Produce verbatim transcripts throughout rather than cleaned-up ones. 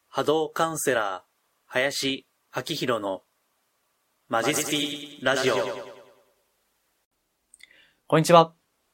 波動カウンセラー林明宏のマジスティラジオ。こんにちは。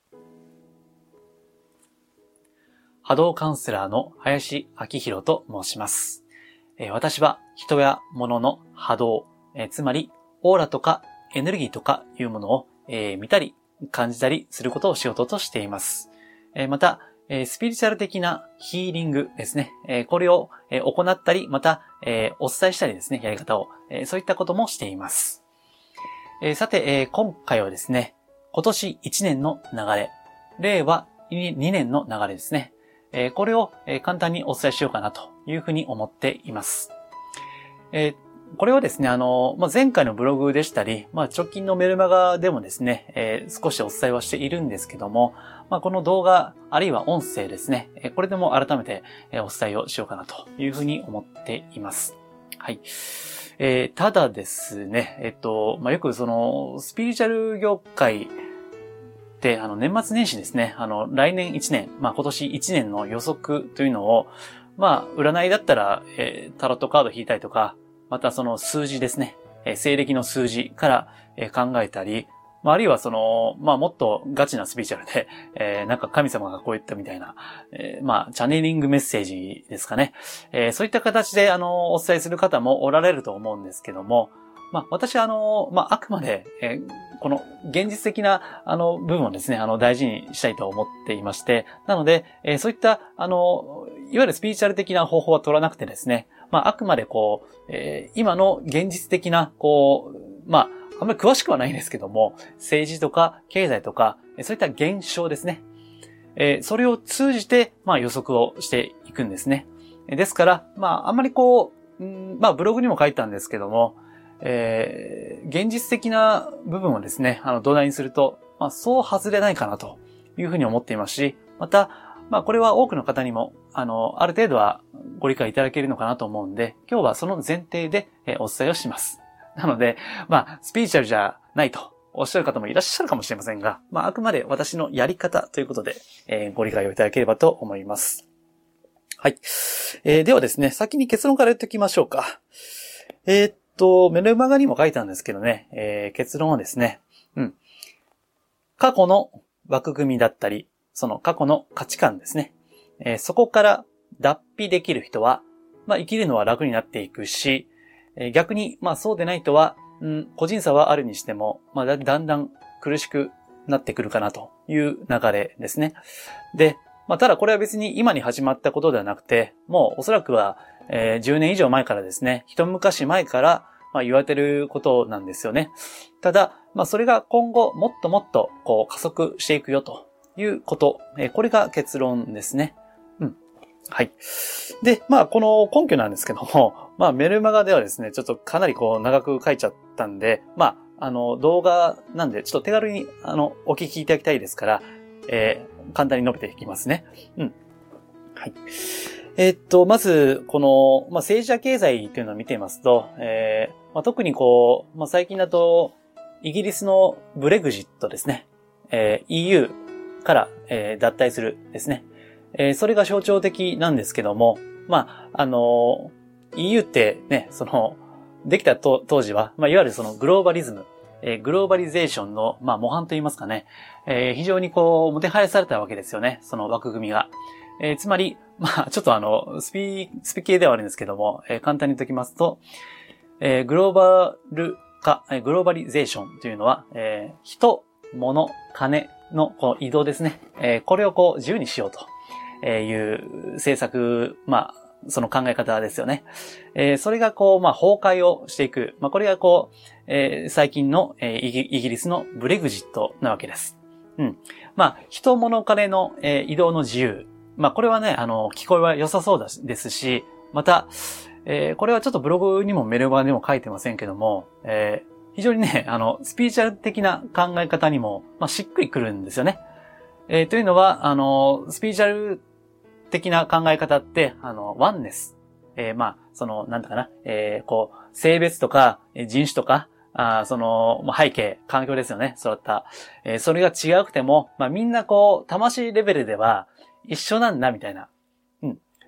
波動カウンセラーの林明宏と申します。えー、私は人や物の波動、えー、つまりオーラとかエネルギーとかいうものを、えー、見たり感じたりすることを仕事としています。えー、またえー、スピリチュアル的なヒーリングですね。えー、これを、えー、行ったり、また、えー、お伝えしたりですね、やり方を、えー、そういったこともしています。えー、さて、えー、今回はですね、今年いちねんの流れ、令和にねんの流れですね。えー、これを、えー、簡単にお伝えしようかなというふうに思っています。えーこれをですね、あの、まあ、前回のブログでしたり、まあ、直近のメルマガでもですね、えー、少しお伝えはしているんですけども、まあ、この動画、あるいは音声ですね、えー、これでも改めて、えー、お伝えをしようかなというふうに思っています。はい。えー、ただですね、えっと、まあ、よくその、スピリチュアル業界で、あの、年末年始ですね、あの、来年いちねん、まあ、今年いちねんの予測というのを、まあ、占いだったら、えー、タロットカード引いたりとか、またその数字ですね、えー、西暦の数字から、えー、考えたり、まあ、あるいはその、まあ、もっとガチなスピリチュアルで、えー、なんか神様がこう言ったみたいな、えー、まあ、チャネリングメッセージですかね。えー、そういった形で、あの、お伝えする方もおられると思うんですけども、まあ、私はあの、まあ、あくまで、えー、この現実的な、あの、部分をですね、あの、大事にしたいと思っていまして、なので、えー、そういった、あの、いわゆるスピリチュアル的な方法は取らなくてですね、まあ、あくまでこう、えー、今の現実的な、こう、まあ、あんまり詳しくはないんですけども、政治とか経済とか、そういった現象ですね。えー、それを通じて、まあ、予測をしていくんですね。ですから、まあ、あんまりこう、んまあ、ブログにも書いたんですけども、えー、現実的な部分をですね、あの、土台にすると、まあ、そう外れないかなというふうに思っていますし、また、まあ、これは多くの方にも、あの、ある程度はご理解いただけるのかなと思うんで、今日はその前提でお伝えをします。なので、まあ、スピリチュアルじゃないとおっしゃる方もいらっしゃるかもしれませんが、まあ、あくまで私のやり方ということで、えー、ご理解をいただければと思います。はい。えー、ではですね、先に結論から言っておきましょうか。えー、っと、メルマガにも書いたんですけどね、えー、結論はですね、うん。過去の枠組みだったり、その過去の価値観ですね。えー、そこから脱皮できる人は、まあ、生きるのは楽になっていくし、えー、逆に、まあ、そうでない人は、うん、個人差はあるにしても、まあ、だ, だんだん苦しくなってくるかなという流れですね。で、まあ、ただこれは別に今に始まったことではなくて、もうおそらくは、えー、じゅうねん以上前からですね、一昔前から、まあ、言われてることなんですよね。ただ、まあ、それが今後もっともっとこう加速していくよということ。えー、これが結論ですね。うん。はい。で、まあ、この根拠なんですけども、まあ、メルマガではですね、ちょっとかなりこう長く書いちゃったんで、まあ、あの、動画なんで、ちょっと手軽に、あの、お聞きいただきたいですから、えー、簡単に述べていきますね。うん。はい。えー、っと、まず、この、まあ、政治や経済というのを見ていますと、えー、まあ、特にこう、まあ、最近だと、イギリスのブレグジットですね、えー、イーユー から、えー、脱退するですね。えー、それが象徴的なんですけども、まあ、あのー、イーユー ってね、その、できた当時は、まあ、いわゆるそのグローバリズム、えー、グローバリゼーションの、まあ、模範といいますかね、えー、非常にこう、もてはやされたわけですよね、その枠組みが。えー、つまり、まあ、ちょっとあの、スピ、スピ系ではあるんですけども、えー、簡単に言っておきますと、えー、グローバル化、グローバリゼーションというのは、えー、人、物、金のこの移動ですね。えー、これをこう、自由にしようという政策、まあ、その考え方ですよね。えー、それがこう、まあ、崩壊をしていく。まあ、これがこう、えー、最近の、えー、イギリスのブレグジットなわけです。うん。まあ、人、物、金の、えー、移動の自由。まあ、これはね、あの、聞こえは良さそうですし、また、えー、これはちょっとブログにもメルマガにも書いてませんけども、えー、非常にね、あの、スピリチュアル的な考え方にも、まあ、しっくりくるんですよね。えー、というのは、あの、スピリチュアル的な考え方って、あの、ワンネス。えー、まあ、その、なんだかな、えー、こう、性別とか、人種とか、あその、背景、環境ですよね。そういった。えー、それが違くても、まあ、みんなこう、魂レベルでは一緒なんだ、みたいな。うん。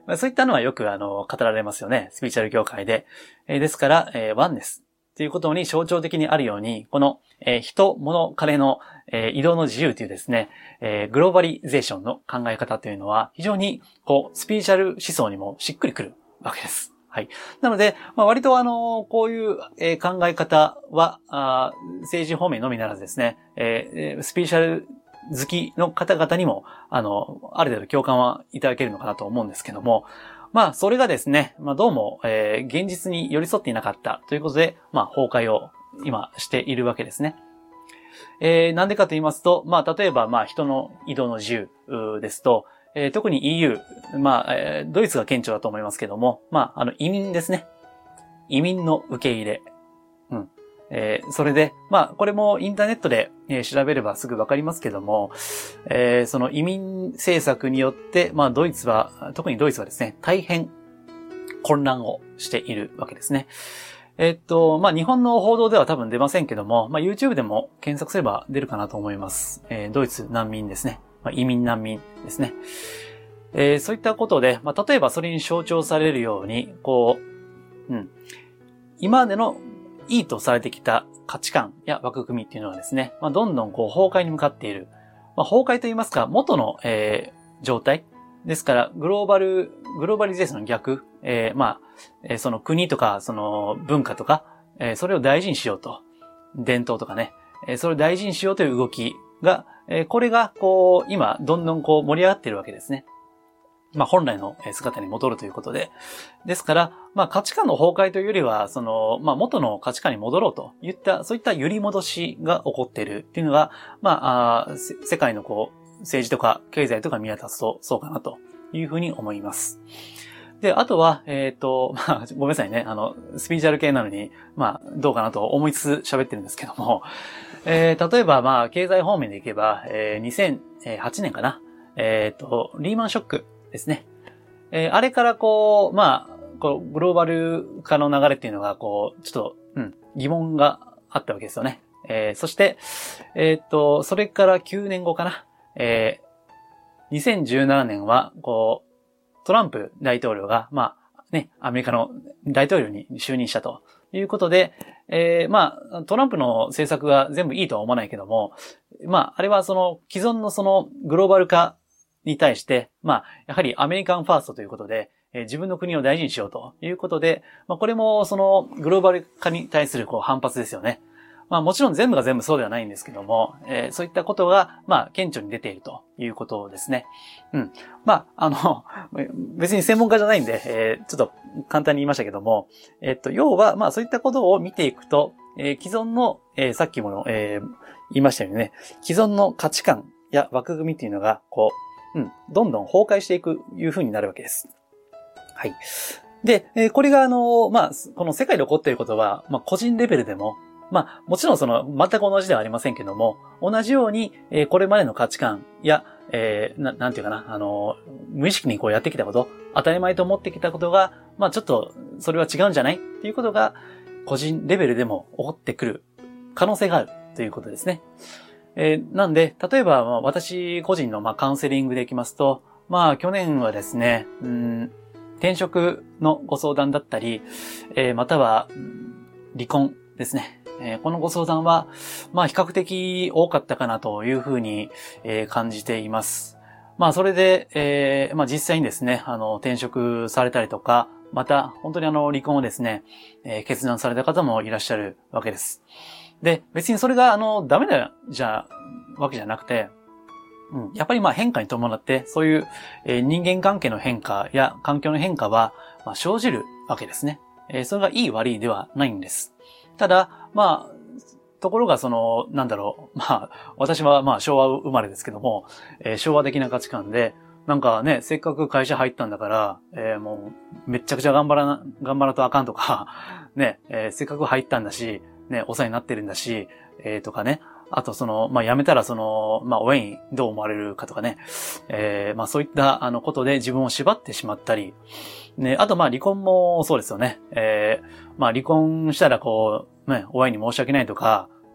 まあ、そういったのはよくあの、語られますよね。スピリチュアル業界で。えー、ですから、えー、ワンネスということに象徴的にあるように、この、えー、人、物、金の、えー、移動の自由というですね、えー、グローバリゼーションの考え方というのは、非常に、こう、スピリチュアル思想にもしっくりくるわけです。はい。なので、まあ、割とあの、こういう、えー、考え方は、あ政治方面のみならずですね、えー、スピリチュアル好きの方々にも、あの、ある程度共感はいただけるのかなと思うんですけども、まあ、それがですね、まあ、どうも、えー、現実に寄り添っていなかったということで、まあ、崩壊を今しているわけですね。えー、なんでかと言いますと、まあ、例えば、まあ、人の移動の自由ですと、えー、特に イーユー、まあ、えー、ドイツが顕著だと思いますけども、まあ、あの、移民ですね。移民の受け入れ。うん。えー、それで、まあ、これもインターネットで、えー、調べればすぐわかりますけども、えー、その移民政策によって、まあ、ドイツは、特にドイツはですね、大変混乱をしているわけですね。えー、っと、まあ、日本の報道では多分出ませんけども、まあ、YouTube でも検索すれば出るかなと思います。えー、ドイツ難民ですね。まあ、移民難民ですね。えー、そういったことで、まあ、例えばそれに象徴されるように、こう、うん、今までのいいとされてきた価値観や枠組みっていうのはですね、まあ、どんどんこう崩壊に向かっている。まあ、崩壊といいますか、元の、えー、状態ですから、グローバル、グローバリゼーションの逆、えー、まあ、えー、その国とか、その文化とか、えー、それを大事にしようと。伝統とかね、えー、それを大事にしようという動きが、えー、これが、こう、今、どんどんこう盛り上がっているわけですね。まあ、本来の姿に戻るということで。ですから、まあ、価値観の崩壊というよりは、その、まあ、元の価値観に戻ろうといった、そういった揺り戻しが起こっているっていうのが、まあ、あ世界のこう、政治とか経済とか見渡すと、そうかなというふうに思います。で、あとは、えっと、まあ、ごめんなさいね。あの、スピリチュアル系なのに、まあ、どうかなと思いつつ喋ってるんですけども、えー、例えば、まあ、経済方面でいけば、えー、にせんはちねんかな。えっと、リーマンショックですね。えー、あれからこう、まあ、こう、グローバル化の流れっていうのが、こう、ちょっと、うん、疑問があったわけですよね。えー、そして、えっと、それからきゅうねんごかな。えー、にせんじゅうななねんは、こう、トランプ大統領が、まあ、ね、アメリカの大統領に就任したということで、えー、まあ、トランプの政策が全部いいとは思わないけども、まあ、あれはその、既存のその、グローバル化に対して、まあ、やはりアメリカンファーストということで、えー、自分の国を大事にしようということで、まあ、これもその、グローバル化に対するこう反発ですよね。まあもちろん全部が全部そうではないんですけども、えー、そういったことが、まあ、顕著に出ているということですね。うん。まあ、あの、別に専門家じゃないんで、えー、ちょっと簡単に言いましたけども、えっと、要は、まあそういったことを見ていくと、えー、既存の、えー、さっきも、えー、言いましたようにね、既存の価値観や枠組みっていうのが、こう、うん、どんどん崩壊していく、いう風になるわけです。はい。で、えー、これがあの、まあ、この世界で起こっていることは、まあ個人レベルでも、まあ、もちろんその、全く同じではありませんけども、同じように、えー、これまでの価値観や、えー、な、なんていうかな、あの、無意識にこうやってきたこと、当たり前と思ってきたことが、まあちょっと、それは違うんじゃないっていうことが、個人レベルでも起こってくる可能性があるということですね。えー、なんで、例えば、まあ、私個人の、まあ、カウンセリングでいきますと、まあ、去年はですね、うん、転職のご相談だったり、えー、または、離婚ですね。えー、このご相談は、まあ比較的多かったかなというふうに、えー、感じています。まあそれで、えー、まあ実際にですね、あの、転職されたりとか、また本当にあの、離婚をですね、えー、決断された方もいらっしゃるわけです。で、別にそれがあの、ダメだじゃ、わけじゃなくて、うん、やっぱりまあ変化に伴って、そういう、えー、人間関係の変化や環境の変化は、まあ、生じるわけですね。えー、それがいい悪いではないんです。ただ、まあ、ところがその、なんだろう、まあ、私はまあ昭和生まれですけども、えー、昭和的な価値観で、なんかね、せっかく会社入ったんだから、えー、もう、めっちゃくちゃ頑張らな、頑張らとあかんとか、ね、えー、せっかく入ったんだし、ね、お世話になってるんだし、えー、とかね、あとその、まあ、辞めたらその、まあ、親にどう思われるかとかね、えー、まあ、そういったあのことで自分を縛ってしまったり、ね、あとまあ離婚もそうですよね。えー、まあ離婚したらこう、ね、親に申し訳ないとか、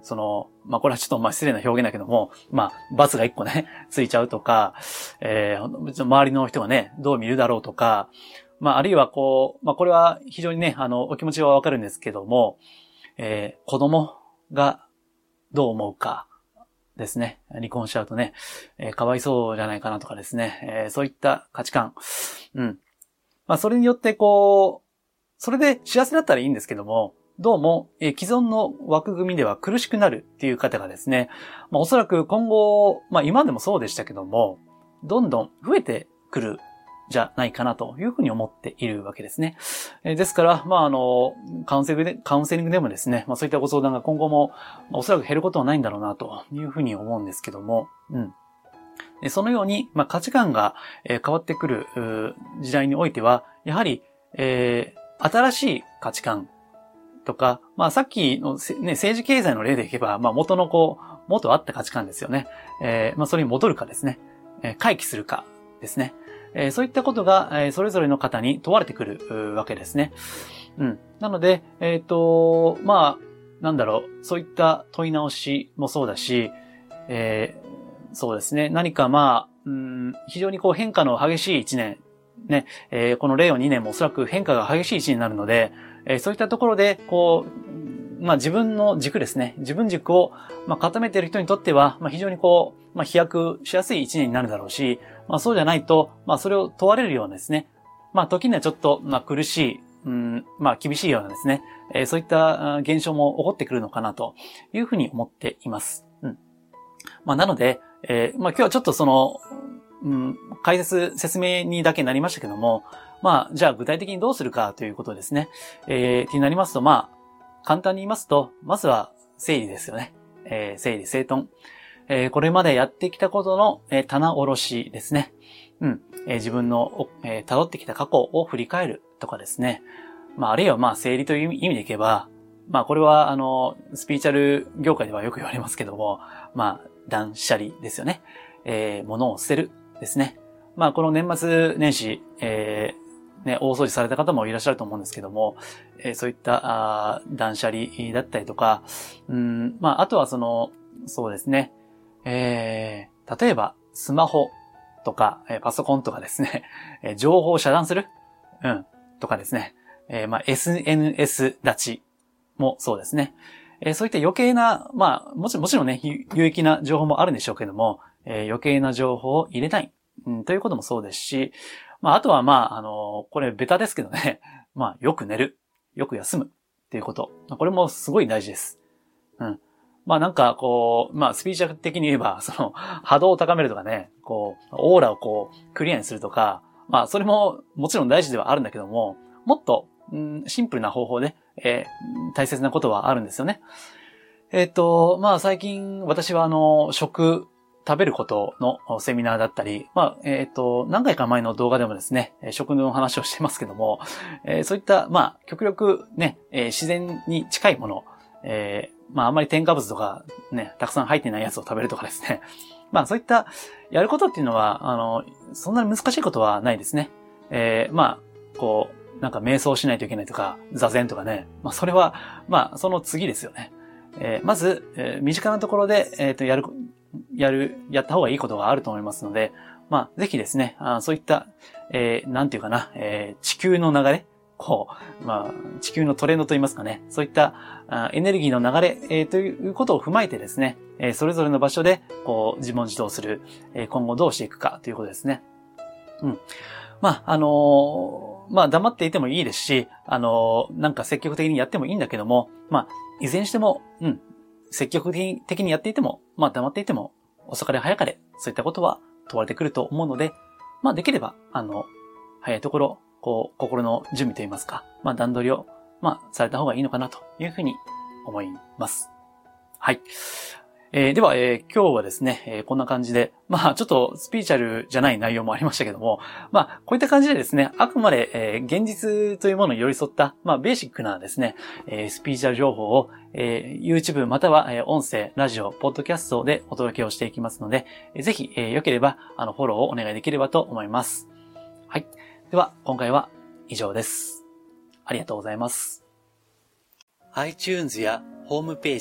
その、まあ、これはちょっとまあ失礼な表現だけども、まあ、罰が一個ね、ついちゃうとか、えー、周りの人がね、どう見るだろうとか、まあ、あるいはこう、まあ、これは非常にね、あの、お気持ちはわかるんですけども、えー、子供がどう思うかですね。離婚しちゃうとね、えー、かわいそうじゃないかなとかですね、えー、そういった価値観。うん。まあ、それによってこう、それで幸せだったらいいんですけども、どうも、えー、既存の枠組みでは苦しくなるっていう方がですね、まあ、おそらく今後、まあ、今でもそうでしたけども、どんどん増えてくるじゃないかなというふうに思っているわけですね。えー、ですから、まあ、あの、カウンセリングで、カウンセリングでもですね、まあ、そういったご相談が今後も、まあ、おそらく減ることはないんだろうなというふうに思うんですけども、うん。でそのように、まあ、価値観が、えー、変わってくる時代においては、やはり、えー、新しい価値観とか、まあさっきの、ね、政治経済の例でいけば、まあ元のこう、元あった価値観ですよね。えー、まあそれに戻るかですね。えー、回帰するかですね。えー、そういったことが、えー、それぞれの方に問われてくるわけですね。うん。なので、えっと、まあ、なんだろう、そういった問い直しもそうだし、えー、そうですね。何かまあ、うん、非常にこう変化の激しい一年、ね、えー、この令和にねんもおそらく変化が激しい一年になるので、えー、そういったところで、こう、まあ自分の軸ですね。自分軸を、まあ固めている人にとっては、まあ非常にこう、まあ飛躍しやすい一年になるだろうし、まあそうじゃないと、まあそれを問われるようなですね。まあ時にはちょっと、まあ苦しい、うん、まあ厳しいようなですね。えー、そういった現象も起こってくるのかなというふうに思っています。うん。まあなので、えー、まあ今日はちょっとその、うん、解説、説明にだけなりましたけども、まあ、じゃあ具体的にどうするかということですね。えー、ってなりますと、まあ、簡単に言いますと、まずは整理ですよね。えー、整理整頓。えー、これまでやってきたことの、えー、棚卸しですね。うん。えー、自分の、えー、辿ってきた過去を振り返るとかですね。まあ、あるいはまあ、整理という意味でいけば、まあ、これは、あの、スピーチャル業界ではよく言われますけども、まあ、断捨離ですよね。えー、物を捨てるですね。まあ、この年末年始、えー、ね、大掃除された方もいらっしゃると思うんですけども、えー、そういったあ断捨離だったりとか、うん、まあ、あとはその、そうですね、えー、例えばスマホとか、えー、パソコンとかですね、えー、情報を遮断する、うん、とかですね、えー、まあ、エスエヌエス 立ちもそうですね。えー、そういった余計な、まあ、もちろん、もちろんね、有益な情報もあるんでしょうけども、えー、余計な情報を入れない、うん、ということもそうですし、まあ、あとは、まあ、あの、これベタですけどね。まあ、よく寝る。よく休む。っていうこと。これもすごい大事です。うん。まあ、なんか、こう、まあ、スピーチャル的に言えば、その、波動を高めるとかね、こう、オーラをこう、クリアにするとか、まあ、それももちろん大事ではあるんだけども、もっと、うん、シンプルな方法で、えー、大切なことはあるんですよね。えっと、まあ、最近、私は、あの、食、食べることのセミナーだったり、まあ、えっと、何回か前の動画でもですね、食の話をしてますけども、えー、そういった、まあ、極力ね、えー、自然に近いもの、えー、まあ、あんまり添加物とかね、たくさん入ってないやつを食べるとかですね。まあ、そういった、やることっていうのは、あの、そんなに難しいことはないですね。えー、まあ、こう、なんか瞑想しないといけないとか、座禅とかね。まあ、それは、まあ、その次ですよね。えー、まず、えー、身近なところで、えっと、やる、やる、やった方がいいことがあると思いますので、まあ、ぜひですね、あそういった、えー、なんていうかな、えー、地球の流れ、こう、まあ、地球のトレンドといいますかね、そういったあエネルギーの流れ、えー、ということを踏まえてですね、えー、それぞれの場所で、こう、自問自答する、えー、今後どうしていくかということですね。うん。まあ、あのー、まあ、黙っていてもいいですし、あのー、なんか積極的にやってもいいんだけども、まあ、いずれにしても、うん、積極的にやっていても、まあ黙っていても、遅かれ早かれ、そういったことは問われてくると思うので、まあできれば、あの、早いところ、こう、心の準備といいますか、まあ段取りを、まあされた方がいいのかなというふうに思います。はい。えー、では、えー、今日はですね、えー、こんな感じで、まあちょっとスピーチャルじゃない内容もありましたけども、まあこういった感じでですね、あくまで、えー、現実というものに寄り添った、まあベーシックなですね、えー、スピーチャル情報を、えー、YouTube または、えー、音声、ラジオ、ポッドキャストでお届けをしていきますので、えー、ぜひ、えー、良ければ、あの、フォローをお願いできればと思います。はい。では、今回は以上です。ありがとうございます。iTunes やホームページ、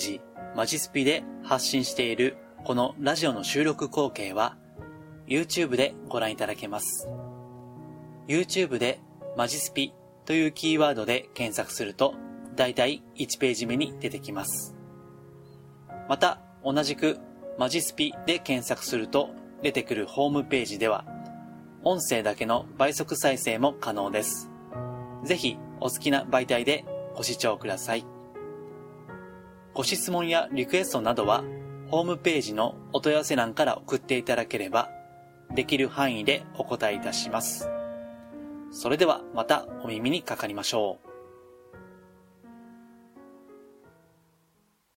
マジスピで発信しているこのラジオの収録光景は YouTube でご覧いただけます。YouTube でマジスピというキーワードで検索するとだいたいいちページ目に出てきます。また同じくマジスピで検索すると出てくるホームページでは音声だけの倍速再生も可能です。ぜひお好きな媒体でご視聴ください。ご質問やリクエストなどはホームページのお問い合わせ欄から送っていただければできる範囲でお答えいたします。それではまたお耳にかかりましょう。